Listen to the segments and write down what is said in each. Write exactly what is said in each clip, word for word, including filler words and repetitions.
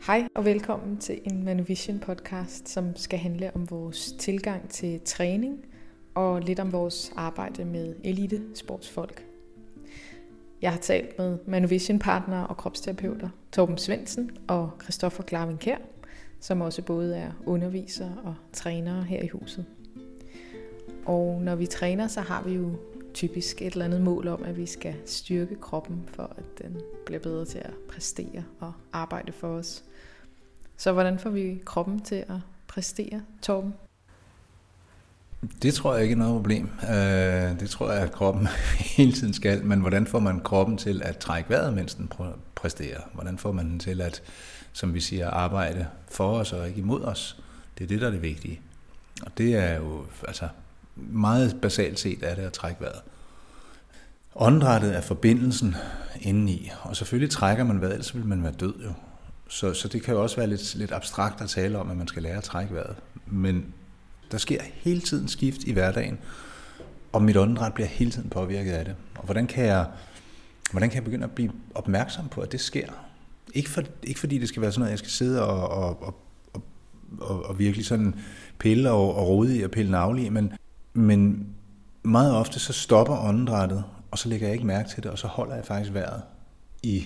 Hej og velkommen til en Manuvision podcast, som skal handle om vores tilgang til træning og lidt om vores arbejde med elite sportsfolk. Jeg har talt med Manuvision partnere og kropsterapeuter Torben Svendsen og Christoffer Glarvin Kjær, som også både er undervisere og trænere her i huset. Og når vi træner, så har vi jo typisk et eller andet mål om, at vi skal styrke kroppen, for at den bliver bedre til at præstere og arbejde for os. Så hvordan får vi kroppen til at præstere, Torben? Det tror jeg ikke er noget problem. Det tror jeg, at kroppen hele tiden skal. Men hvordan får man kroppen til at trække vejret, mens den præsterer? Hvordan får man den til at, som vi siger, arbejde for os og ikke imod os? Det er det, der er det vigtige. Og det er jo altså meget basalt set er det at trække vejret. Åndedrættet er forbindelsen indeni, og selvfølgelig trækker man vejret, ellers vil man være død jo. Så, så det kan jo også være lidt, lidt abstrakt at tale om, at man skal lære at trække vejret. Men der sker hele tiden skift i hverdagen, og mit åndedræt bliver hele tiden påvirket af det. Og hvordan kan jeg, hvordan kan jeg begynde at blive opmærksom på, at det sker? Ikke, for, ikke fordi det skal være sådan noget, jeg skal sidde og, og, og, og, og virkelig sådan pille og, og rode i og pille navle i, men, men meget ofte så stopper åndedrættet, og så lægger jeg ikke mærke til det, og så holder jeg faktisk vejret i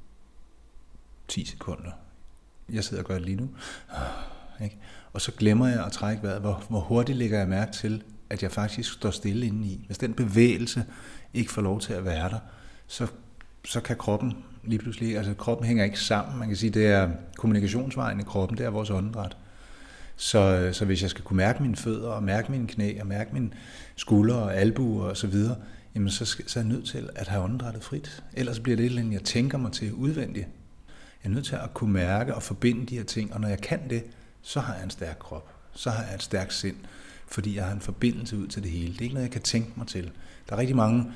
ti sekunder. Jeg sidder og gør det lige nu. Ikke? Og så glemmer jeg at trække vejret. Hvor, hvor hurtigt lægger jeg mærke til, at jeg faktisk står stille indeni. Hvis den bevægelse ikke får lov til at være der, så, så kan kroppen lige pludselig, altså kroppen hænger ikke sammen. Man kan sige, det er kommunikationsvejen i kroppen, det er vores åndedræt. Så, så hvis jeg skal kunne mærke mine fødder, og mærke mine knæ, og mærke mine skuldre og albuer og så videre, jamen så, skal, så er jeg nødt til at have åndedrættet frit. Ellers bliver det et eller andet, jeg tænker mig til udvendigt. Jeg er nødt til at kunne mærke og forbinde de her ting, og når jeg kan det, så har jeg en stærk krop. Så har jeg et stærkt sind, fordi jeg har en forbindelse ud til det hele. Det er ikke noget, jeg kan tænke mig til. Der er rigtig mange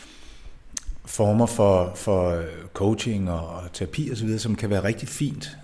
former for, for coaching og terapi osv., som kan være rigtig fint.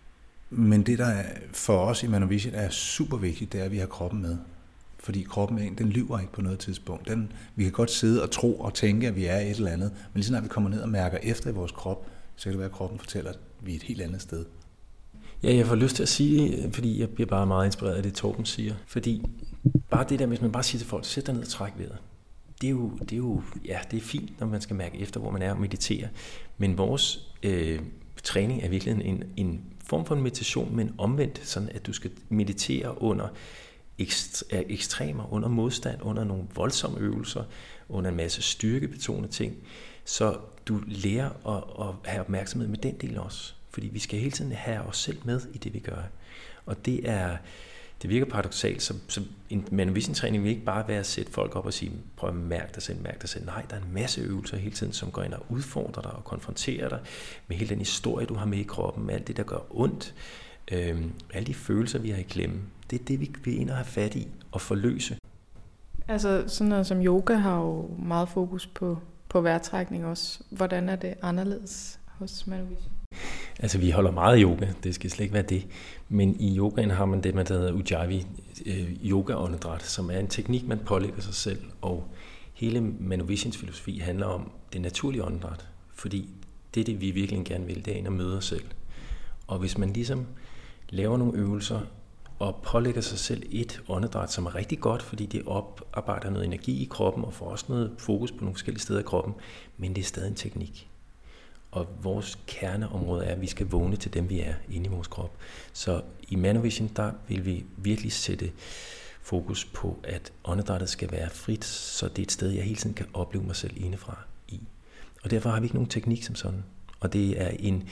Men det, der er for os i Manuvision er super vigtigt, det er, at vi har kroppen med. Fordi kroppen, den lyver ikke på noget tidspunkt. Den, vi kan godt sidde og tro og tænke, at vi er et eller andet. Men lige så når vi kommer ned og mærker efter i vores krop, så kan det være, at kroppen fortæller, at vi er et helt andet sted. Ja, jeg får lyst til at sige, fordi jeg bliver bare meget inspireret af det, Torben siger. Fordi bare det der, hvis man bare siger til folk, sæt dig ned og træk vejret. Det er jo, det er jo, ja, det er fint, når man skal mærke efter, hvor man er og meditere. Men vores øh, træning er virkelig en, en form for en meditation, men omvendt, sådan at du skal meditere under ekstremer, under modstand, under nogle voldsomme øvelser, under en masse styrkebetonede ting. Så du lærer at, at have opmærksomhed med den del også. Fordi vi skal hele tiden have os selv med i det, vi gør. Og det er, det virker paradoksalt, så, så en Manuvision-træning vil ikke bare være at sætte folk op og sige, prøv at mærke dig selv, mærke dig selv. Nej, der er en masse øvelser hele tiden, som går ind og udfordrer dig og konfronterer dig med hele den historie, du har med i kroppen, med alt det, der gør ondt, øhm, alle de følelser, vi har i klemme. Det er det, vi vil ind og have fat i og forløse. Altså sådan noget som yoga har jo meget fokus på, på vejrtrækning også. Hvordan er det anderledes hos Manuvision? Altså vi holder meget yoga, det skal slet ikke være det. Men i yogaen har man det, man hedder Ujjayi øh, yoga-åndedræt, som er en teknik, man pålægger sig selv. Og hele Manuvisions filosofi handler om det naturlige åndedræt. Fordi det, det vi virkelig gerne vil, det er at møde os selv. Og hvis man ligesom laver nogle øvelser og pålægger sig selv et åndedræt, som er rigtig godt, fordi det oparbejder noget energi i kroppen og får også noget fokus på nogle forskellige steder i kroppen, men det er stadig en teknik. Og vores kerneområde er, at vi skal vågne til dem, vi er inde i vores krop. Så i Manuvision, der vil vi virkelig sætte fokus på, at åndedrættet skal være frit, så det er et sted, jeg hele tiden kan opleve mig selv indefra i. Og derfor har vi ikke nogen teknik som sådan. Og det er en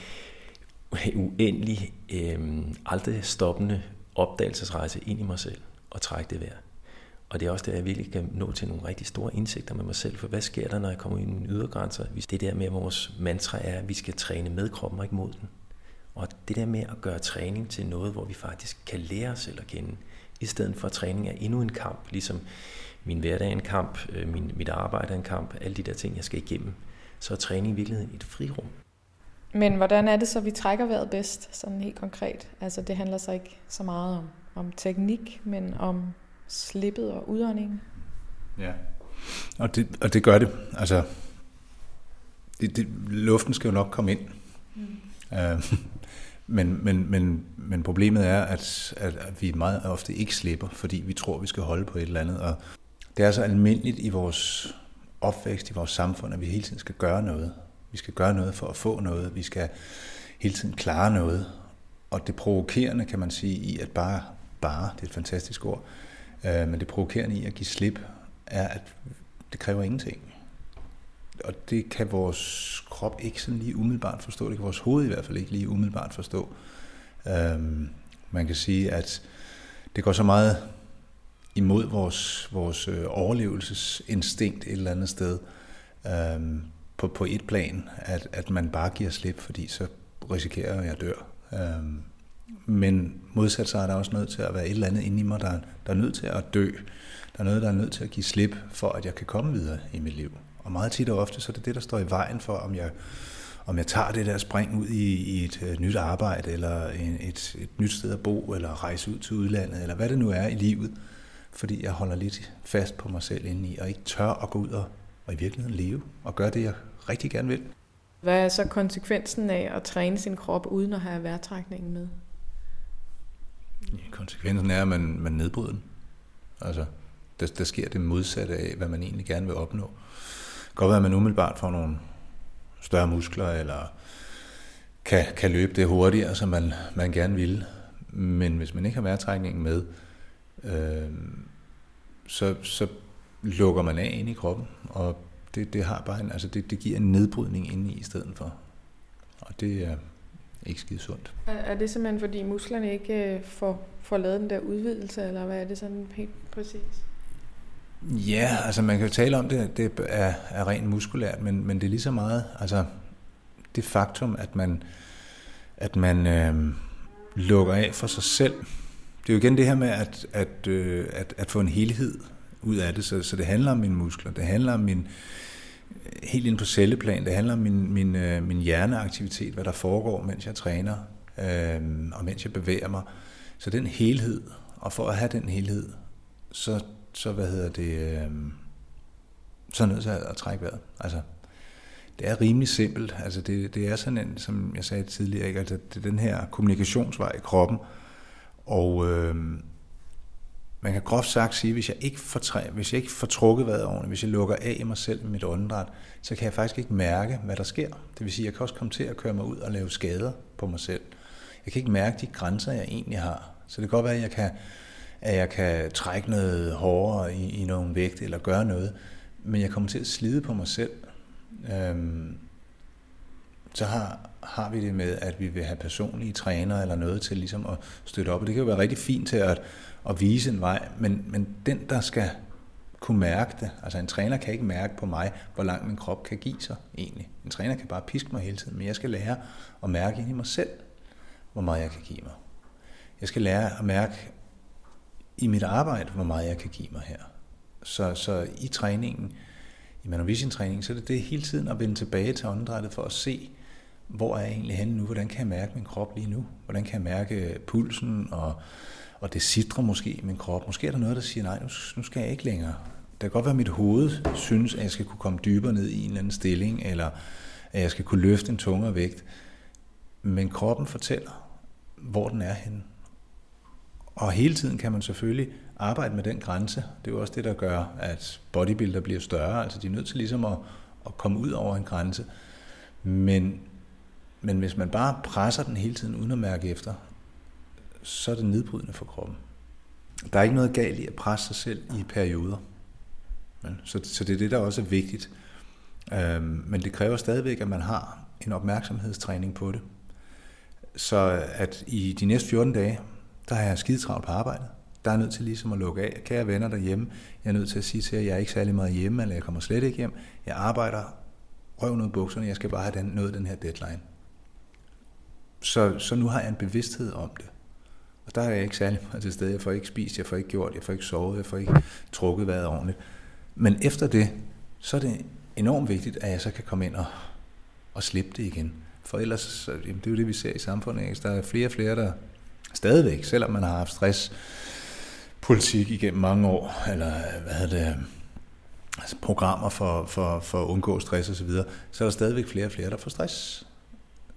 uendelig, øh, aldrig stoppende opdagelsesrejse ind i mig selv og trække det vejr. Og det er også det, jeg virkelig kan nå til nogle rigtig store indsigter med mig selv. For hvad sker der, når jeg kommer ind i mine ydergrænser? Det der med, at vores mantra er, at vi skal træne med kroppen og ikke mod den. Og det der med at gøre træning til noget, hvor vi faktisk kan lære os selv at kende, i stedet for at træning er endnu en kamp, ligesom min hverdag er en kamp, min, mit arbejde er en kamp, alle de der ting, jeg skal igennem, så er træning i virkeligheden et frirum. Men hvordan er det så, vi trækker vejret bedst, sådan helt konkret? Altså det handler så ikke så meget om, om teknik, men om slippet og udåndingen. Ja, og det, og det gør det. Altså, det, det, luften skal jo nok komme ind. Mm. Uh, Men, men, men, men problemet er, at, at, at vi meget ofte ikke slipper, fordi vi tror, vi skal holde på et eller andet. Og det er så almindeligt i vores opvækst, i vores samfund, at vi hele tiden skal gøre noget. Vi skal gøre noget for at få noget. Vi skal hele tiden klare noget. Og det provokerende, kan man sige, i at bare, bare, det er et fantastisk ord, øh, men det provokerende i at give slip, er, at det kræver ingenting. Og det kan vores krop ikke sådan lige umiddelbart forstå. Det kan vores hoved i hvert fald ikke lige umiddelbart forstå. Øhm, man kan sige, at det går så meget imod vores, vores overlevelsesinstinkt et eller andet sted øhm, på, på et plan, at, at man bare giver slip, fordi så risikerer jeg, at jeg dør. Øhm, men modsat så er der også nødt til at være et eller andet inde i mig, der, der er nødt til at dø. Der er noget, der er nødt til at give slip, for at jeg kan komme videre i mit liv. Og meget tit og ofte, så er det det, der står i vejen for, om jeg, om jeg tager det der spring ud i, i et uh, nyt arbejde, eller en, et, et nyt sted at bo, eller rejse ud til udlandet, eller hvad det nu er i livet. Fordi jeg holder lidt fast på mig selv indeni, og ikke tør at gå ud og, og i virkeligheden leve, og gøre det, jeg rigtig gerne vil. Hvad er så konsekvensen af at træne sin krop, uden at have vejrtrækningen med? Konsekvensen er, at man, man nedbryder den. Altså, der, der sker det modsatte af, hvad man egentlig gerne vil opnå. Det kan godt være, at man umiddelbart får nogle større muskler, eller kan, kan løbe det hurtigere, som man, man gerne vil. Men hvis man ikke har vejrtrækningen med, øh, så, så lukker man af ind i kroppen, og det, det, har bare en, altså det, det giver en nedbrydning inde i i stedet for. Og det er ikke skide sundt. Er, er det simpelthen, fordi musklerne ikke får, får lavet den der udvidelse, eller hvad er det sådan helt præcis? Ja, altså man kan jo tale om det, det er, er rent muskulært, men, men det er lige så meget, altså det faktum, at man, at man øh, lukker af for sig selv. Det er jo igen det her med at, at, øh, at, at få en helhed ud af det, så, så det handler om mine muskler, det handler om min, helt ind på celleplan, det handler om min, min, øh, min hjerneaktivitet, hvad der foregår, mens jeg træner, øh, og mens jeg bevæger mig. Så den helhed, og for at have den helhed, så så hvad hedder det, øh, så er nødt til at, at trække vejret. Altså, det er rimelig simpelt. Altså, det, det er sådan en, som jeg sagde tidligere, ikke? Altså, det er den her kommunikationsvej i kroppen, og øh, man kan groft sagt sige, hvis jeg ikke får, træ, hvis jeg ikke får trukket vejret ordentligt, hvis jeg lukker af i mig selv med mit åndedræt, så kan jeg faktisk ikke mærke, hvad der sker. Det vil sige, jeg kan også komme til at køre mig ud og lave skader på mig selv. Jeg kan ikke mærke de grænser, jeg egentlig har. Så det kan godt være, at jeg kan at jeg kan trække noget hårdere i, i nogle vægte eller gøre noget, men jeg kommer til at slide på mig selv. Øhm, så har, har vi det med, at vi vil have personlige trænere eller noget til ligesom at støtte op, og det kan jo være rigtig fint til at, at vise en vej, men, men den, der skal kunne mærke det, altså en træner kan ikke mærke på mig, hvor langt min krop kan give sig egentlig. En træner kan bare piske mig hele tiden, men jeg skal lære at mærke ind i mig selv, hvor meget jeg kan give mig. Jeg skal lære at mærke i mit arbejde, hvor meget jeg kan give mig her. Så, så i træningen, i Manovision-træningen, så er det det hele tiden at vende tilbage til åndedrættet for at se, hvor er jeg egentlig henne nu? Hvordan kan jeg mærke min krop lige nu? Hvordan kan jeg mærke pulsen, og, og det sidrer måske i min krop? Måske er der noget, der siger, nej, nu, nu skal jeg ikke længere. Det kan godt være, at mit hoved synes, at jeg skal kunne komme dybere ned i en eller anden stilling, eller at jeg skal kunne løfte en tungere vægt. Men kroppen fortæller, hvor den er henne. Og hele tiden kan man selvfølgelig arbejde med den grænse. Det er jo også det, der gør, at bodybuilder bliver større. Altså de er nødt til ligesom at, at komme ud over en grænse. Men, men hvis man bare presser den hele tiden uden at mærke efter, så er det nedbrydende for kroppen. Der er ikke noget galt i at presse sig selv i perioder. Så, så det er det, der også er vigtigt. Men det kræver stadigvæk, at man har en opmærksomhedstræning på det. Så at i de næste fjorten dage, der er jeg skidetravlt på arbejdet. Der er nødt til ligesom at lukke af. Kære venner derhjemme, jeg er nødt til at sige til jer, at jeg er ikke særlig meget hjemme, eller jeg kommer slet ikke hjem. Jeg arbejder røven ud af bukserne, jeg skal bare have den, nået den her deadline. Så, så nu har jeg en bevidsthed om det. Og der er jeg ikke særlig meget til stede. Jeg får ikke spist, jeg får ikke gjort, jeg får ikke sovet, jeg får ikke trukket vejret ordentligt. Men efter det, så er det enormt vigtigt, at jeg så kan komme ind og, og slippe det igen. For ellers, så, jamen, det er jo det, vi ser i samfundet. Ikke? Der er flere og flere, der stadigvæk, selvom man har haft stresspolitik igennem mange år, eller hvad hedder det, altså programmer for, for, for at undgå stress og så videre, så er der stadigvæk flere og flere, der får stress.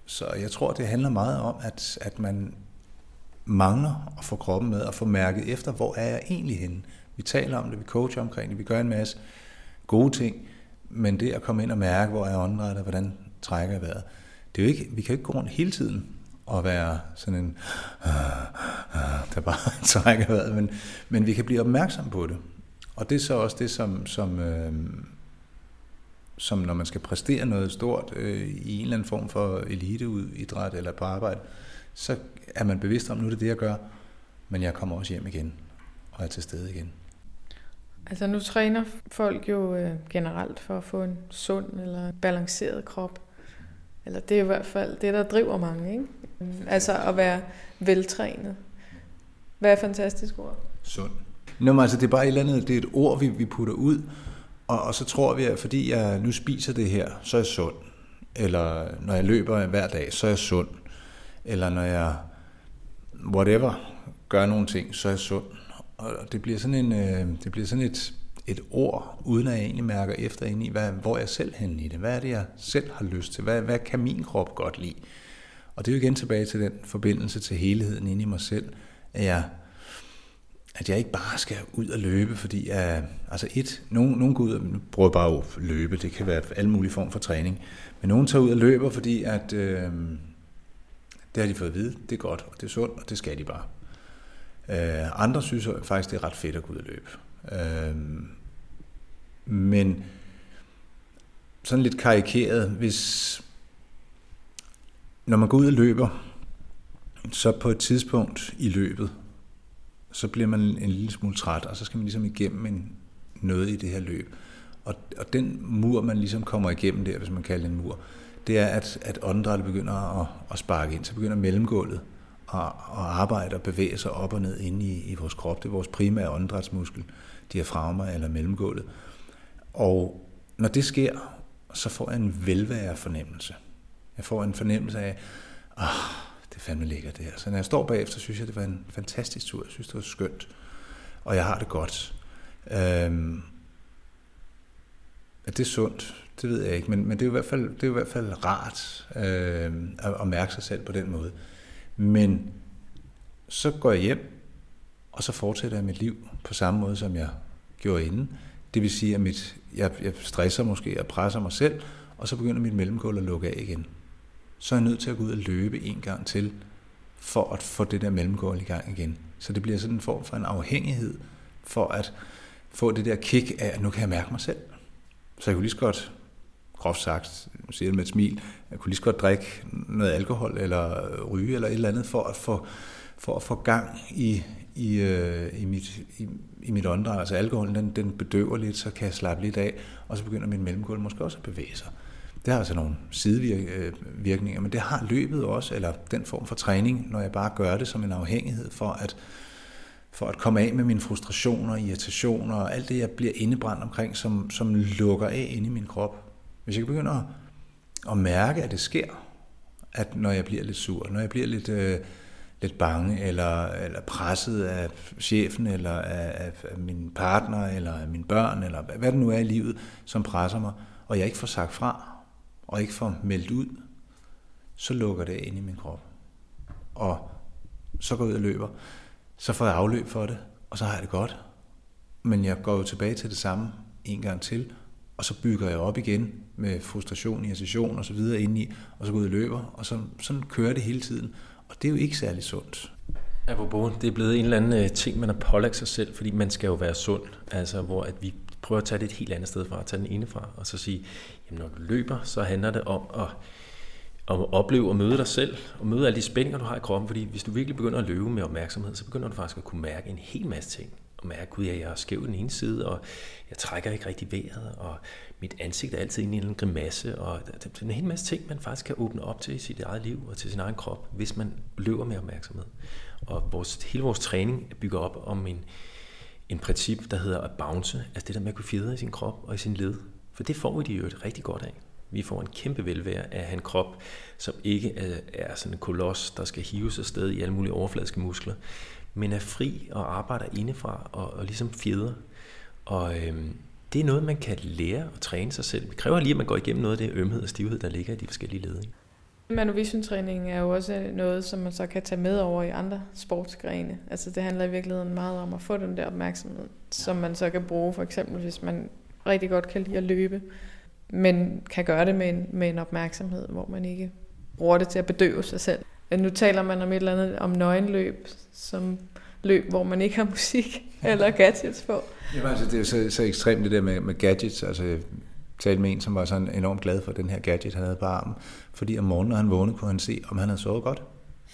så jeg tror, det handler meget om, at, at man mangler at få kroppen med og få mærket efter, hvor er jeg egentlig henne. Vi taler om det, vi coacher omkring det, vi gør en masse gode ting, men det at komme ind og mærke, hvor er jeg åndedrættet, hvordan trækker jeg vejret, det er jo ikke, vi kan jo ikke gå rundt hele tiden og være sådan en, der bare trækker vejret, men, men vi kan blive opmærksom på det. Og det er så også det, som, som, øh, som når man skal præstere noget stort øh, i en eller anden form for eliteidræt eller på arbejde, så er man bevidst om, nu er det det, jeg gør, men jeg kommer også hjem igen og er til stede igen. Altså nu træner folk jo øh, generelt for at få en sund eller balanceret krop. Eller det er i hvert fald det, der driver mange, ikke? Altså at være veltrænet. Hvad er fantastisk ord? Sund. Nå, men altså det er bare et eller andet, det er et ord, vi, vi putter ud, og, og så tror vi, at fordi jeg nu spiser det her, så er jeg sund. Eller når jeg løber hver dag, så er jeg sund. Eller når jeg, whatever, gør nogle ting, så er jeg sund. Og det bliver sådan, en, øh, det bliver sådan et, et ord, uden at jeg egentlig mærker efter ind i, hvad, hvor jeg selv henne i det. Hvad er det, jeg selv har lyst til? Hvad, hvad kan min krop godt lide? Og det er jo igen tilbage til den forbindelse til helheden inde i mig selv, at jeg, at jeg ikke bare skal ud og løbe, fordi jeg, altså et, nogen, nogen går ud og prøver bare at løbe, det kan være alle mulige form for træning, men nogen tager ud og løber, fordi at, øh, det har de fået at vide, det er godt, og det er sundt, og det skal de bare. Øh, andre synes faktisk, det er ret fedt at gå ud og løbe. Øh, men sådan lidt karikeret, hvis når man går ud og løber, så på et tidspunkt i løbet, så bliver man en lille smule træt, og så skal man ligesom igennem en, noget i det her løb. Og, og den mur, man ligesom kommer igennem der, hvis man kalder det en mur, det er, at, at åndedrættet begynder at, at sparke ind. Så begynder mellemgulvet at, at arbejde og bevæge sig op og ned inde i, i vores krop. Det er vores primære åndedrætsmuskel, diafragma eller mellemgulvet. Og når det sker, så får jeg en velvære fornemmelse. Jeg får en fornemmelse af, ah, det er fandme lækkert det her. Så når jeg står bagefter, synes jeg, det var en fantastisk tur. Jeg synes, det var skønt. Og jeg har det godt. Øhm, er det sundt? Det ved jeg ikke. Men, men det, er i hvert fald, det er i hvert fald rart øh, at, at mærke sig selv på den måde. Men så går jeg hjem, og så fortsætter jeg mit liv på samme måde, som jeg gjorde inden. Det vil sige, at mit, jeg, jeg stresser måske og presser mig selv, og så begynder mit mellemgulv at lukke af igen. Så er jeg nødt til at gå ud og løbe en gang til, for at få det der mellemgulv i gang igen. Så det bliver sådan en form for en afhængighed, for at få det der kick af, at nu kan jeg mærke mig selv. Så jeg kunne lige så godt, groft sagt, siger det med et smil, jeg kunne lige så godt drikke noget alkohol, eller ryge, eller et eller andet, for at få, for at få gang i, i, øh, i mit, i, i mit åndedræt. Altså alkoholen, den, den bedøver lidt, så kan jeg slappe lidt af, og så begynder mit mellemgulv måske også at bevæge sig. Det har altså nogle sidevirkninger, men det har løbet også, eller den form for træning, når jeg bare gør det som en afhængighed for at, for at komme af med mine frustrationer, irritationer og alt det, jeg bliver indebrændt omkring, som, som lukker af inde i min krop. Hvis jeg begynder at, at mærke, at det sker, at når jeg bliver lidt sur, når jeg bliver lidt, øh, lidt bange, eller, eller presset af chefen, eller af, af min partner, eller af mine børn, eller hvad det nu er i livet, som presser mig, og jeg ikke får sagt fra, og ikke får meldt ud, så lukker det ind i min krop. Og så går jeg ud og løber. Så får jeg afløb for det, og så har jeg det godt. Men jeg går jo tilbage til det samme en gang til, og så bygger jeg op igen med frustration, irritation og så videre indeni, og så går jeg ud og løber, og så, sådan kører det hele tiden. Og det er jo ikke særlig sundt. Apropos, det er blevet en eller anden ting, man har pålagt sig selv, fordi man skal jo være sund. Altså, hvor at vi prøver at tage det et helt andet sted fra, at tage den ene fra, og så sige, jamen når du løber, så handler det om at, om at opleve og møde dig selv, og møde alle de spændinger, du har i kroppen, fordi hvis du virkelig begynder at løbe med opmærksomhed, så begynder du faktisk at kunne mærke en hel masse ting, og mærke, gud, jeg er skæv den ene side, og jeg trækker ikke rigtig vejret, og mit ansigt er altid inde i en grimasse, og det er en hel masse ting, man faktisk kan åbne op til i sit eget liv, og til sin egen krop, hvis man løber med opmærksomhed. Og vores, hele vores træning bygger op om en en princip, der hedder at bounce, altså det der med at kunne fjedre i sin krop og i sin led. For det får vi jo et rigtig godt af. Vi får en kæmpe velvære af at have en krop, som ikke er, er sådan en koloss, der skal hives afsted i alle mulige overfladiske muskler, men er fri og arbejder indefra og, og ligesom fjedre. Og øhm, det er noget, man kan lære og træne sig selv. Det kræver lige, at man går igennem noget af det ømhed og stivhed, der ligger i de forskellige led. Manovision-træning er jo også noget, som man så kan tage med over i andre sportsgrene. Altså det handler i virkeligheden meget om at få den der opmærksomhed, som man så kan bruge, for eksempel hvis man rigtig godt kan lide at løbe, men kan gøre det med en, med en opmærksomhed, hvor man ikke bruger det til at bedøve sig selv. Nu taler man om et eller andet om nøgenløb, som løb, hvor man ikke har musik eller gadgets på. Jamen, altså, det er jo så, så ekstremt det der med, med gadgets. Altså, jeg talte med en, som var sådan enormt glad for den her gadget, han havde på armen, fordi om morgenen, når han vågnede, kunne han se, om han havde sovet godt.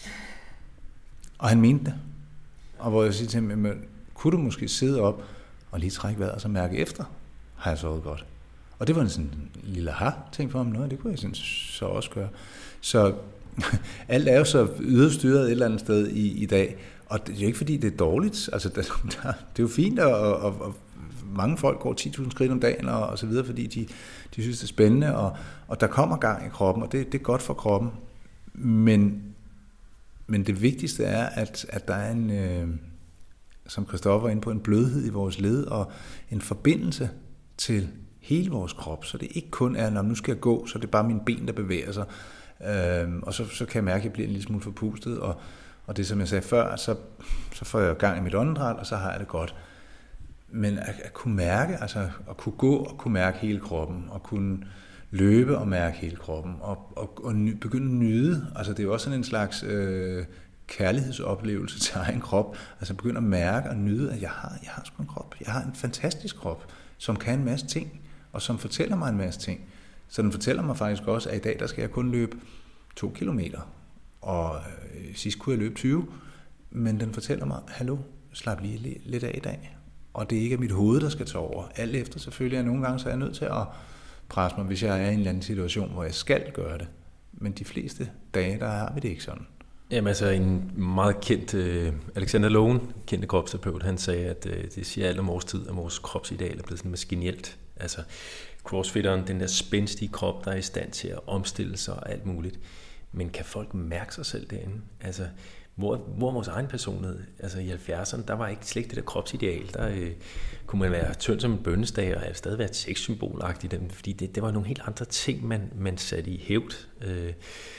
Og han mente det. Og hvor jeg siger til ham, kunne du måske sidde op og lige trække vejret og så mærke efter, har jeg sovet godt? Og det var en sådan en lille aha-ting for ham. Nå, det kunne jeg så også gøre. Så alt er jo så yderstyret et eller andet sted i, i dag. Og det er jo ikke fordi, det er dårligt. Altså, der, der, det er jo fint, og, og, og mange folk går ti tusind skridt om dagen, og, og så videre, fordi de, de synes, det er spændende, og, og der kommer gang i kroppen, og det, det er godt for kroppen. Men, men det vigtigste er, at, at der er en, øh, som Christoffer var inde på, en blødhed i vores led, og en forbindelse til hele vores krop, så det ikke kun er, når nu skal jeg gå, så det er bare mine ben, der bevæger sig, øh, og så, så kan jeg mærke, at jeg bliver en lille smule forpustet, og Og det, som jeg sagde før, så, så får jeg gang i mit åndedræt, og så har jeg det godt. Men at, at kunne mærke, altså at kunne gå og kunne mærke hele kroppen, og kunne løbe og mærke hele kroppen, og, og, og ny, begynde at nyde. Altså det er jo også sådan en slags øh, kærlighedsoplevelse til egen krop. Altså begynde at mærke og nyde, at jeg har, jeg har sgu en krop. Jeg har en fantastisk krop, som kan en masse ting, og som fortæller mig en masse ting. Så den fortæller mig faktisk også, at i dag der skal jeg kun løbe to kilometer. Og øh, sidst kunne jeg løbe tyve, men den fortæller mig, hallo, slap lige lidt af i dag. Og det er ikke mit hoved, der skal tage over. Alt efter selvfølgelig, at nogle gange så er jeg nødt til at presse mig, hvis jeg er i en eller anden situation, hvor jeg skal gøre det. Men de fleste dage, der har vi det ikke sådan. Jamen altså en meget kendt, uh, Alexander Lowen, kendte kropsterapeut, han sagde, at uh, det siger alt om vores tid, at vores kropsideal er blevet sådan maskinelt. Altså crossfitteren, den der spændstige krop, der er i stand til at omstille sig og alt muligt. Men kan folk mærke sig selv derinde? Altså, hvor, hvor vores egen personlighed? Altså i halvfjerdserne, der var ikke slet ikke det der kropsideal. Der øh, kunne man være tynd som en bønnesdag, og stadig være et sexsymbolagtigt, fordi det, det var nogle helt andre ting, man, man satte i hævd. Øh,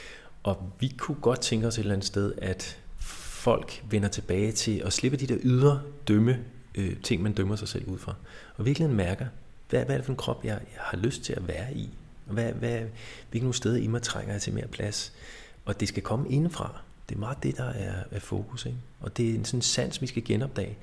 og vi kunne godt tænke os et eller andet sted, at folk vender tilbage til at slippe de der ydre dømme øh, ting, man dømmer sig selv ud fra. Og virkelig mærker, hvad, hvad er det for en krop, jeg, jeg har lyst til at være i? Hvad, hvad, hvilke nogle steder i mig trænger jeg til mere plads? Og det skal komme indenfra. Det er meget det, der er, er fokus. Ikke? Og det er en sådan sans, vi skal genopdage.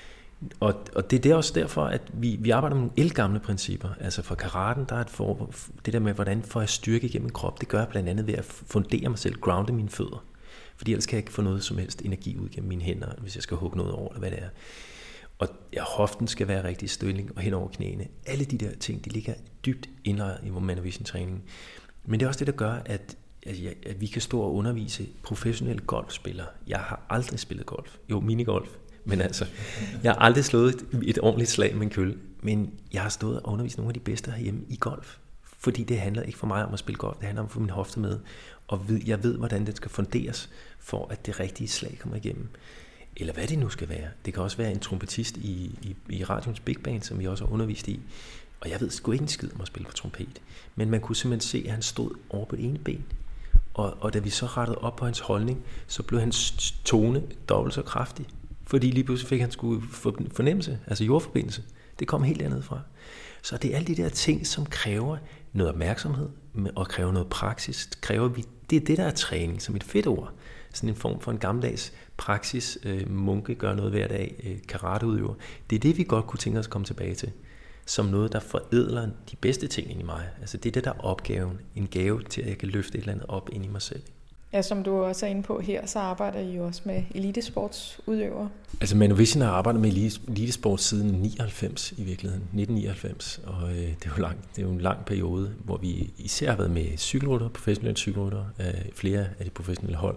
Og, og det er der også derfor, at vi, vi arbejder med nogle ældgamle principper. Altså for karaten, der er et for, det der med, hvordan får jeg styrke igennem min krop, det gør jeg blandt andet ved at fundere mig selv, grounde mine fødder. Fordi ellers kan jeg ikke få noget som helst energi ud gennem mine hænder, hvis jeg skal hugge noget over, eller hvad det er. Og ja, hoften skal være rigtig stilling og hen over knæene. Alle de der ting, de ligger dybt indlejret i vores Manovision-træning. Men det er også det, der gør, at, at, at vi kan stå og undervise professionelle golfspillere. Jeg har aldrig spillet golf. Jo, minigolf. Men altså, jeg har aldrig slået et, et ordentligt slag med en kølle. Men jeg har stået og undervist nogle af de bedste herhjemme i golf. Fordi det handler ikke for mig om at spille golf. Det handler om at få min hofte med. Og jeg ved, hvordan det skal funderes, for at det rigtige slag kommer igennem. Eller hvad det nu skal være. Det kan også være en trompetist i, i, i radions Big Band, som vi også har undervist i. Og jeg ved sgu ikke en skid om at spille på trompet. Men man kunne simpelthen se, at han stod over på det ene ben. Og, og da vi så rettede op på hans holdning, så blev hans tone dobbelt så kraftig. Fordi lige pludselig fik han sgu fornemmelse, altså jordforbindelse. Det kom helt dernede fra. Så det er alle de der ting, som kræver noget opmærksomhed og kræver noget praksis. Kræver vi, det er det, der er træning, som et fedt ord. Sådan en form for en gammeldags praksis. Øh, munke gør noget hver dag. Øh, karateudøver. Det er det, vi godt kunne tænke os at komme tilbage til. Som noget, der forædler de bedste ting ind i mig. Altså det er det, der er opgaven. En gave til, at jeg kan løfte et eller andet op ind i mig selv. Ja, som du også er inde på her, så arbejder I jo også med elitesportsudøvere. Altså Manovision har arbejdet med elitesport siden nioghalvfems i virkeligheden, nitten nioghalvfems, og øh, det, er jo lang, det er jo en lang periode, hvor vi især har været med cykelrytter, professionelle cykelrytter, øh, flere af de professionelle hold.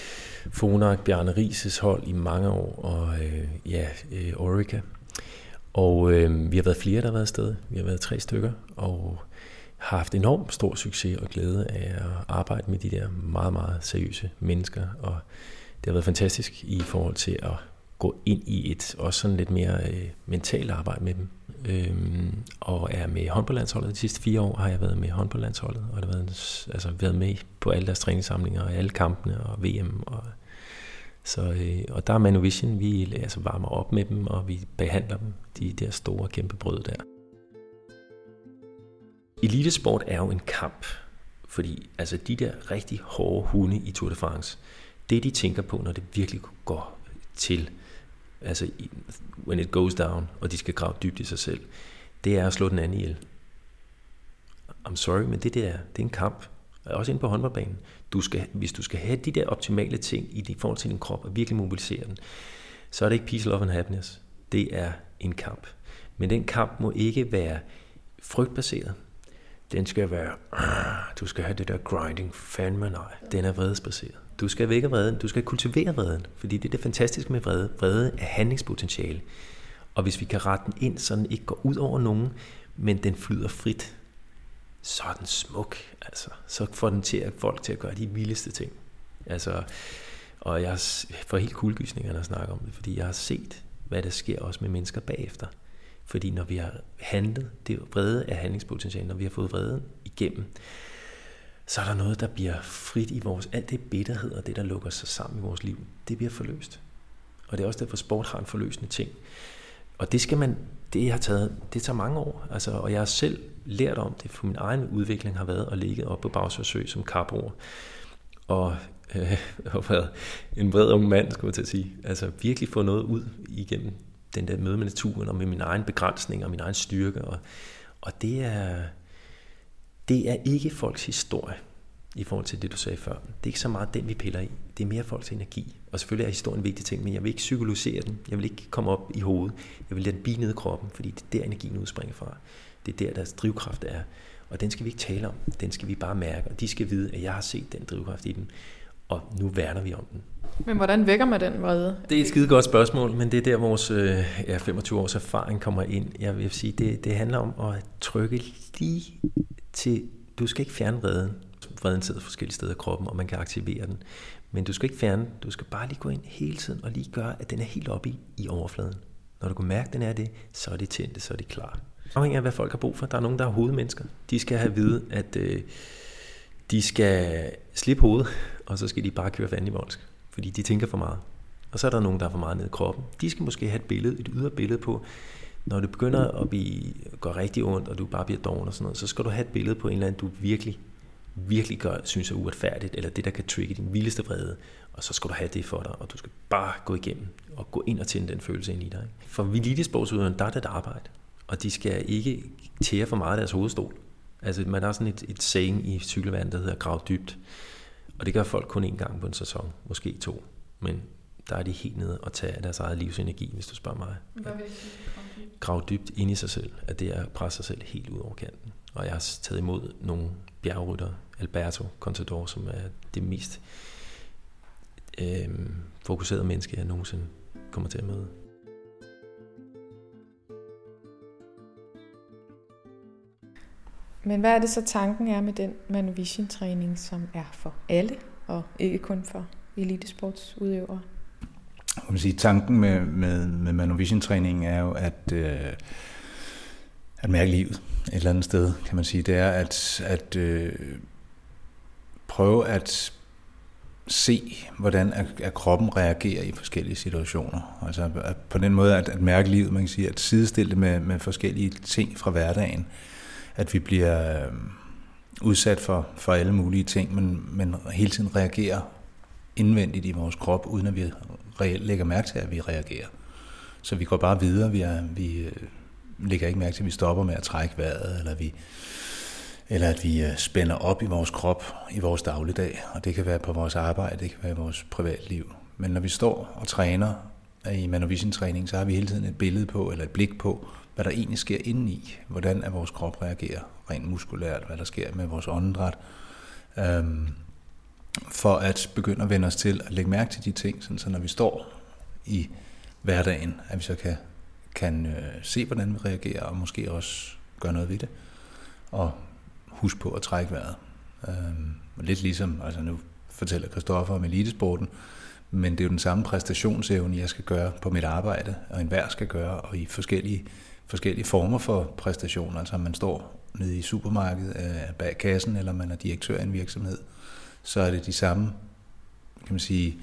Fonak, Bjarne Rises hold i mange år, og øh, ja, øh, Orica. Og øh, vi har været flere, der har været afsted. Vi har været tre stykker, og har haft enormt stor succes og glæde af at arbejde med de der meget, meget seriøse mennesker, og det har været fantastisk i forhold til at gå ind i et også sådan lidt mere øh, mentalt arbejde med dem. Øhm, og er med håndboldlandsholdet de sidste fire år, har jeg været med håndboldlandsholdet, og har været, altså, været med på alle deres træningssamlinger, og alle kampene, og V M. Og, så, øh, og der er Manovision, vi altså, varmer op med dem, og vi behandler dem, de der store, kæmpe brød der. Elitesport er jo en kamp, fordi altså, de der rigtig hårde hunde i Tour de France, det de tænker på, når det virkelig går til, altså when it goes down, og de skal grave dybt i sig selv, det er at slå den anden ihjel. I'm sorry, men det der, det er en kamp. Også inde på håndboldbanen. Du skal, hvis du skal have de der optimale ting i forhold til din krop, og virkelig mobilisere den, så er det ikke peace, love and happiness. Det er en kamp. Men den kamp må ikke være frygtbaseret. Den skal være, du skal have det der grinding, fandme nej. Den er vredesbaseret. Du skal vække vreden, du skal kultivere vreden, fordi det er det fantastiske med vrede. Vrede er handlingspotentiale. Og hvis vi kan rette den ind, så den ikke går ud over nogen, men den flyder frit, så er den smuk. Altså, så får den til at, folk til at gøre de vildeste ting. Altså, og jeg får helt kuldegysninger, når jeg snakker om det, fordi jeg har set, hvad der sker også med mennesker bagefter. Fordi når vi har handlet, det vrede er handlingspotentiale, når vi har fået vreden igennem, så er der noget, der bliver frit i vores, alt det bitterhed og det, der lukker sig sammen i vores liv, det bliver forløst. Og det er også derfor, sport har en forløsende ting. Og det skal man, det har taget, det tager mange år, altså, og jeg har selv lært om det, for min egen udvikling har været at ligge oppe på Bagsø som kaproer, og øh, har været en vred ung mand, skulle jeg til at sige, altså virkelig få noget ud igennem den der møde med naturen, og med min egen begrænsning og min egen styrke, og, og det er, det er ikke folks historie, i forhold til det, du sagde før. Det er ikke så meget den, vi piller i. Det er mere folks energi. Og selvfølgelig er historien en vigtig ting, men jeg vil ikke psykologisere den. Jeg vil ikke komme op i hovedet. Jeg vil lade den blive ned i kroppen, fordi det er der, energien udspringer fra. Det er der, deres drivkraft er. Og den skal vi ikke tale om. Den skal vi bare mærke. Og de skal vide, at jeg har set den drivkraft i dem. Og nu værner vi om den. Men hvordan vækker man den vrede? Det er et skide godt spørgsmål, men det er der, vores øh, ja, femogtyve års erfaring kommer ind. Jeg vil sige, det, det handler om at trykke lige til... Du skal ikke fjerne vreden. Vreden sidder forskellige steder i kroppen, og man kan aktivere den. Men du skal ikke fjerne den. Du skal bare lige gå ind hele tiden og lige gøre, at den er helt oppe i, i overfladen. Når du kan mærke, at den er det, så er det tændt, så er det klar. Afhængig af, hvad folk har brug for. Der er nogen, der er hovedmennesker. De skal have at vide, at øh, de skal slippe hovedet, og så skal de bare køre fanden i voldsk. Fordi de tænker for meget. Og så er der nogen, der er for meget nede i kroppen. De skal måske have et billede, et ydre billede på, når det begynder at blive, gå rigtig ondt, og du bare bliver doven og sådan noget, så skal du have et billede på en eller anden, du virkelig, virkelig gør, synes er uretfærdigt, eller det, der kan trigge din vildeste vrede, og så skal du have det for dig, og du skal bare gå igennem, og gå ind og tænde den følelse ind i dig. For vi elitesportsudøverne, der er det et arbejde, og de skal ikke tære for meget af deres hovedstol. Altså, man har sådan et, et saying i cykelverdenen, der hedder grav dybt, og det gør folk kun én gang på en sæson, måske to, men der er de helt nede og tage deres eget livsenergi, hvis du spørger mig. Hvad vil det sige? Grav dybt ind i sig selv, at det er at presse sig selv helt ud over kanten. Og jeg har taget imod nogle bjergrytter, Alberto Contador, som er det mest øh, fokuserede menneske, jeg nogensinde kommer til at møde. Men hvad er det så tanken er med den Manovision-træning, som er for alle, og ikke kun for elitesportsudøvere? Jeg vil sige, tanken med, med, med Manovision-træningen er jo at, øh, at mærke livet et eller andet sted, kan man sige. Det er at, at øh, prøve at se, hvordan at, at kroppen reagerer i forskellige situationer. Altså at, på den måde at, at mærke livet, man kan sige, at sidestille det med, med forskellige ting fra hverdagen. At vi bliver øh, udsat for, for alle mulige ting, men, men hele tiden reagerer indvendigt i vores krop, uden at vi reelt lægger mærke til, at vi reagerer. Så vi går bare videre, vi, er, vi øh, lægger ikke mærke til, at vi stopper med at trække vejret, eller, vi, eller at vi øh, spænder op i vores krop i vores dagligdag, og det kan være på vores arbejde, det kan være i vores privatliv. Men når vi står og træner i Manovision-træning, så har vi hele tiden et billede på, eller et blik på, hvad der egentlig sker indeni, hvordan er vores krop reagerer rent muskulært, hvad der sker med vores åndedræt, øhm, for at begynde at vende os til at lægge mærke til de ting, sådan, så når vi står i hverdagen, at vi så kan, kan øh, se, hvordan vi reagerer, og måske også gøre noget ved det, og huske på at trække vejret. Øhm, lidt ligesom, altså nu fortæller Christoffer om elitesporten, Men det er jo den samme præstationsevne, jeg skal gøre på mit arbejde, og enhver skal gøre, og i forskellige, forskellige former for præstation. Altså om man står nede i supermarkedet øh, bag kassen, eller man er direktør i en virksomhed, så er det de samme, kan man sige,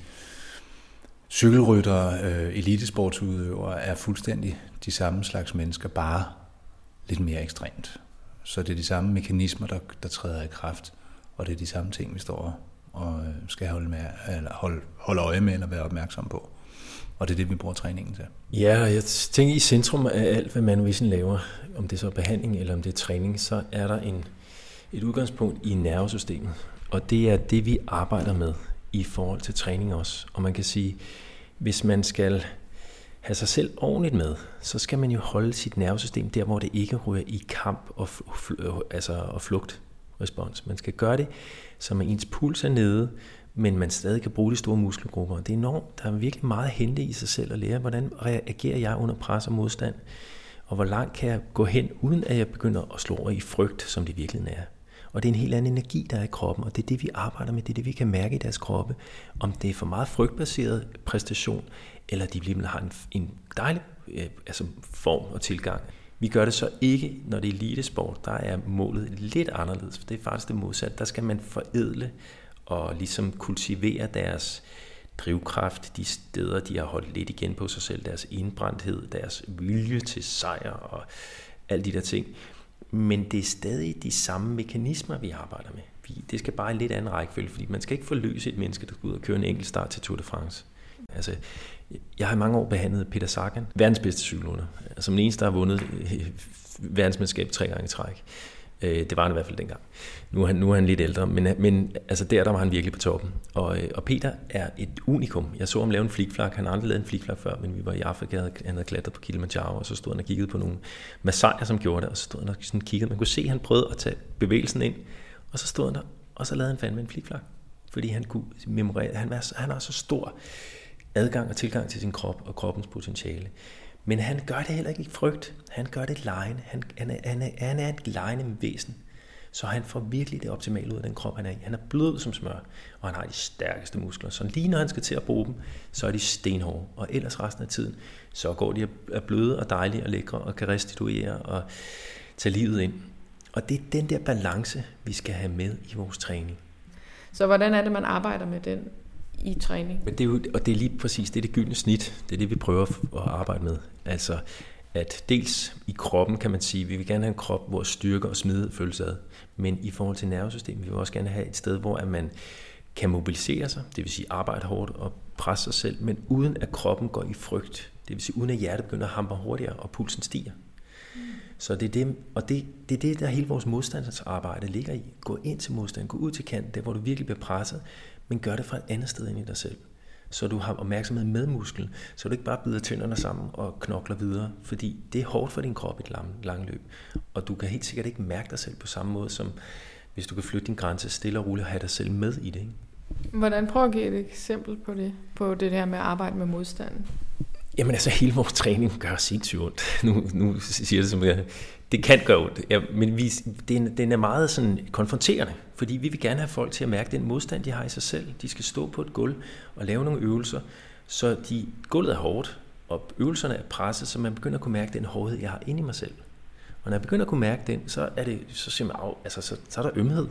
cykelryttere, øh, elitesportsudøvere er fuldstændig de samme slags mennesker, bare lidt mere ekstremt. Så det er de samme mekanismer, der, der træder i kraft, og det er de samme ting, vi står og skal holde, med, eller holde, holde øje med eller være opmærksom på. Og det er det, vi bruger træningen til. Ja, jeg tænker, i centrum af alt, hvad Manuvision laver, om det er så behandling eller om det er træning, så er der en, et udgangspunkt i nervesystemet. Og det er det, vi arbejder med i forhold til træning også. Og man kan sige, hvis man skal have sig selv ordentligt med, så skal man jo holde sit nervesystem der, hvor det ikke ryger i kamp og, fl- altså, og flugtrespons. Man skal gøre det, så man ens puls er nede, men man stadig kan bruge de store muskelgrupper. Det er enormt. Der er virkelig meget at hente i sig selv at lære, hvordan reagerer jeg under pres og modstand, og hvor langt kan jeg gå hen, uden at jeg begynder at slå over i frygt, som det virkelig er. Og det er en helt anden energi, der er i kroppen, og det er det, vi arbejder med, det er det, vi kan mærke i deres kroppe. Om det er for meget frygtbaseret præstation, eller de bliver har en, en dejlig øh, altså form og tilgang. Vi gør det så ikke, når det er elitesport, der er målet lidt anderledes, for det er faktisk det modsatte. Der skal man forædle og ligesom kultivere deres drivkraft, de steder, de har holdt lidt igen på sig selv, deres indbrændthed, deres vilje til sejr og alle de der ting. Men det er stadig de samme mekanismer, vi arbejder med. Det skal bare i lidt anden rækkefølge, fordi man skal ikke forløse et menneske, der skal ud og køre en enkelt start til Tour de France. Altså, jeg har i mange år behandlet Peter Sagan, verdens bedste cykelrytter, som den eneste, der har vundet verdensmesterskab tre gange i træk. Det var han i hvert fald dengang. Nu er han, nu er han lidt ældre, men, men altså der, der var han virkelig på toppen. Og, og Peter er et unikum. Jeg så ham lave en flikflak. Han har aldrig lavet en flikflak før, men vi var i Afrika, han havde klatret på Kilimanjaro, og så stod han og kiggede på nogle massajer, som gjorde det, og så stod han og sådan kiggede. Man kunne se, at han prøvede at tage bevægelsen ind, og så stod han der, og så lavede han fandme en flikflak. Fordi han kunne memorere, han, var, han har så stor adgang og tilgang til sin krop og kroppens potentiale. Men han gør det heller ikke i frygt. Han gør det lejende. Han, han, er, han, er, han er et lejende væsen. Så han får virkelig det optimale ud af den krop, han er i. Han er blød som smør, og han har de stærkeste muskler. Så lige når han skal til at bruge dem, så er de stenhårde. Og ellers resten af tiden, så går de er bløde og dejlige og lækre og kan restituere og tage livet ind. Og det er den der balance, vi skal have med i vores træning. Så hvordan er det, man arbejder med den i træning? Men det er jo, og det er lige præcis det, er det gyldne snit. Det er det, vi prøver at arbejde med. Altså, at dels i kroppen kan man sige, vi vil gerne have en krop, hvor styrke og smidighed følges ad. Men i forhold til nervesystemet, vi vil også gerne have et sted, hvor man kan mobilisere sig, det vil sige arbejde hårdt og presse sig selv, men uden at kroppen går i frygt. Det vil sige, uden at hjertet begynder at hamre hurtigere, og pulsen stiger. Mm. Så det er det, og det, det er det, der hele vores modstandsarbejde ligger i. Gå ind til modstand, gå ud til kanten, der hvor du virkelig bliver presset, men gør det fra et andet sted end i dig selv. Så du har opmærksomhed med musklen, så du ikke bare bider tænderne sammen og knokler videre, fordi det er hårdt for din krop i et langt løb, og du kan helt sikkert ikke mærke dig selv på samme måde, som hvis du kan flytte din grænse stille og roligt og have dig selv med i det. Ikke? Hvordan prøv at give et eksempel på det, på det her med at arbejde med modstanden? Jamen altså, hele vores træning gør sindssygt ondt. Nu, nu siger jeg det som jeg, det kan gøre ondt, ja, men vi, den, den er meget sådan konfronterende, fordi vi vil gerne have folk til at mærke den modstand, de har i sig selv. De skal stå på et gulv og lave nogle øvelser, så de, gulvet er hårdt, og øvelserne er presset, så man begynder at kunne mærke den hårdhed, jeg har inde i mig selv. Og når jeg begynder at kunne mærke den, så er det så simpelthen, altså, så, så er der ømhed.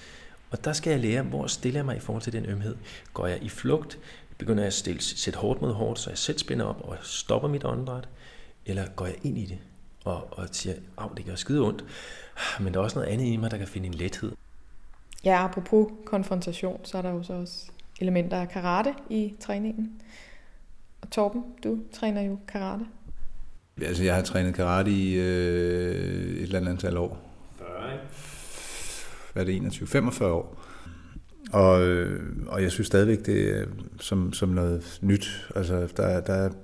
Og der skal jeg lære, hvor stiller jeg mig i forhold til den ømhed. Går jeg i flugt, begynder jeg at stille, sætte hårdt mod hårdt, så jeg selv spænder op og stopper mit åndedræt, eller går jeg ind i det og, og siger, at det gør skide ondt, men der er også noget andet i mig, der kan finde en lethed. Ja, apropos konfrontation, så er der jo så også elementer af karate i træningen. Og Torben, du træner jo karate. Altså, jeg har trænet karate i øh, et eller andet antal år. fyrre, ikke? Hvad er det, enogtyve? femogfyrre år. Og, og jeg synes stadigvæk, det er som, som noget nyt. Altså, der, der er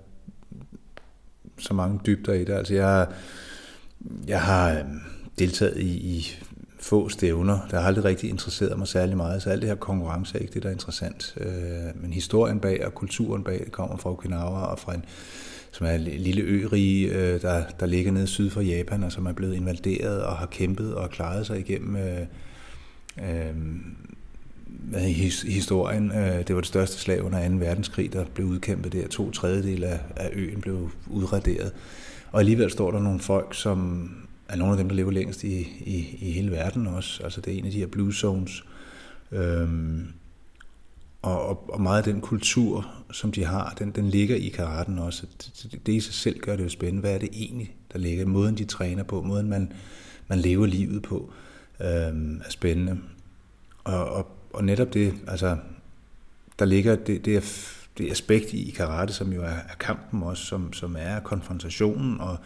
så mange dybder i det. Altså, jeg, jeg har deltaget i, i få stævner, der har aldrig rigtig interesseret mig særlig meget. Så alt det her konkurrence er ikke det, der er interessant. Men historien bag og kulturen bag, det kommer fra Okinawa og fra en som er en lille ø-rige, der, der ligger nede syd for Japan, og som er blevet invaderet og har kæmpet og klaret sig igennem øh, øh, i historien. Det var det største slag under anden verdenskrig, der blev udkæmpet der. To tredjedele af, af øen blev udraderet. Og alligevel står der nogle folk, som er nogle af dem, der lever længst i, i, i hele verden også. Altså det er en af de her blue zones. Øhm, og, og, og meget af den kultur, som de har, den, den ligger i karaten også. Det, det i sig selv gør det jo spændende. Hvad er det egentlig, der ligger? Måden de træner på, måden man, man lever livet på, øhm, er spændende. Og, og, og netop det, altså, der ligger det, det, er, det aspekt i karate, som jo er, er kampen også, som, som er konfrontationen, og,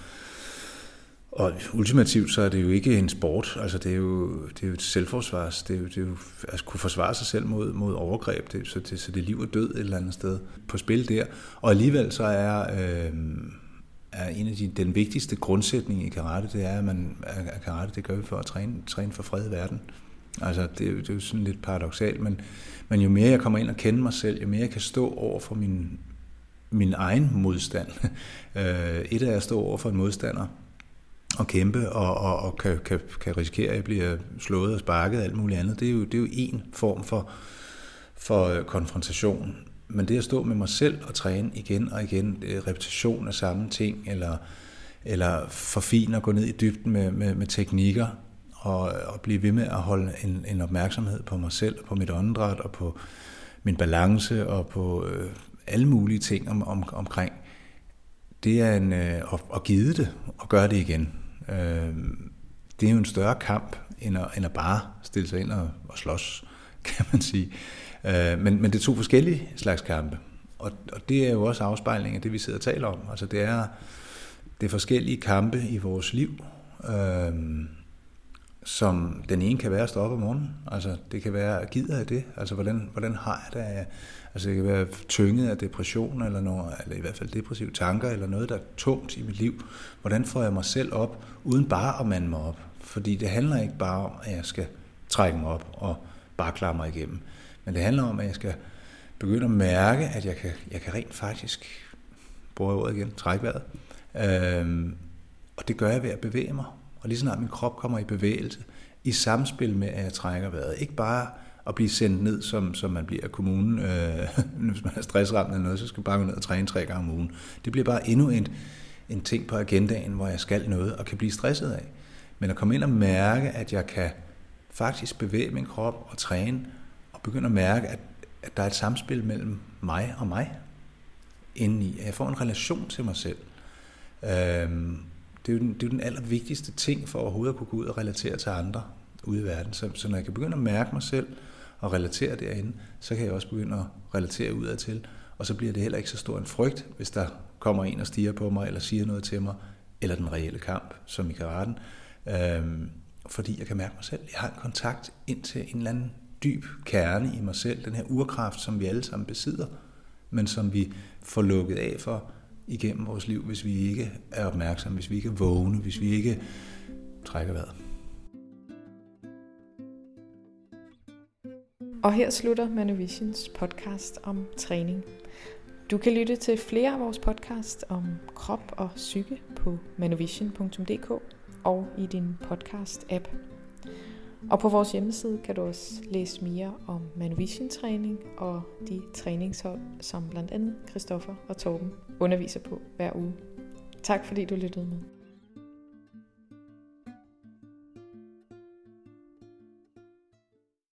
og ultimativt så er det jo ikke en sport, altså det er jo, det er jo et selvforsvars, det er jo, det er jo at kunne forsvare sig selv mod, mod overgreb, det, så, det, så det er liv og død et eller andet sted på spil der, og alligevel så er, øh, er en af de, den vigtigste grundsætning i karate, det er, at man, at karate det gør vi for at træne, træne for fred i verden. Altså, det er, jo, det er jo sådan lidt paradoksalt, men, men jo mere jeg kommer ind og kender mig selv, jo mere jeg kan stå over for min, min egen modstand. Et er at stå over for en modstander og kæmpe, og, og, og kan, kan, kan risikere, at jeg bliver slået og sparket og alt muligt andet. Det er jo, det er jo en form for, for konfrontation. Men det at stå med mig selv og træne igen og igen, repetition af samme ting, eller, eller forfine og gå ned i dybden med, med, med teknikker, Og, og blive ved med at holde en, en opmærksomhed på mig selv, på mit åndedræt, og på min balance, og på øh, alle mulige ting om, om, omkring. Det er en, øh, at, at give det, og gøre det igen. Øh, det er jo en større kamp, end at, end at bare stille sig ind og, og slås, kan man sige. Øh, men, men det er to forskellige slags kampe, og, og det er jo også afspejling af det, vi sidder og taler om. Altså det er, det er forskellige kampe i vores liv, øh, som den ene kan være at stå op om morgenen. Altså det kan være, gider jeg det? Altså hvordan, hvordan har jeg det? Altså det kan være tynget af depression, eller, noget, eller i hvert fald depressive tanker, eller noget, der er tungt i mit liv. Hvordan får jeg mig selv op, uden bare at mande mig op? Fordi det handler ikke bare om, at jeg skal trække mig op og bare klare mig igennem. Men det handler om, at jeg skal begynde at mærke, at jeg kan, jeg kan rent faktisk, bruger jeg ordet igen, trække vejret. Øhm, og det gør jeg ved at bevæge mig. Og lige snart min krop kommer i bevægelse, i samspil med, at jeg trækker vejret. Ikke bare at blive sendt ned, som, som man bliver af kommunen, øh, hvis man er stressramt eller noget, så skal man bare gå ned og træne tre gange om ugen. Det bliver bare endnu en, en ting på agendaen, hvor jeg skal noget og kan blive stresset af. Men at komme ind og mærke, at jeg kan faktisk bevæge min krop og træne, og begynde at mærke, at, at der er et samspil mellem mig og mig indeni. At jeg får en relation til mig selv. Øhm, Det er, jo den, det er jo den allervigtigste ting for overhovedet at kunne gå ud og relatere til andre ude i verden. Så, så når jeg kan begynde at mærke mig selv og relatere derinde, så kan jeg også begynde at relatere udad til. Og så bliver det heller ikke så stor en frygt, hvis der kommer en og stiger på mig, eller siger noget til mig, eller den reelle kamp, som i karaten. Øhm, fordi jeg kan mærke mig selv. Jeg har en kontakt ind til en eller anden dyb kerne i mig selv. Den her urkraft, som vi alle sammen besidder, men som vi får lukket af for igennem vores liv, hvis vi ikke er opmærksomme, hvis vi ikke er vågne, hvis vi ikke trækker vejret. Og her slutter Manuvisions podcast om træning. Du kan lytte til flere af vores podcast om krop og psyke på manuvision punktum d k og i din podcast-app. Og på vores hjemmeside kan du også læse mere om Manuvision-træning og de træningshold, som blandt andet Christoffer og Torben underviser på hver uge. Tak fordi du lyttede med.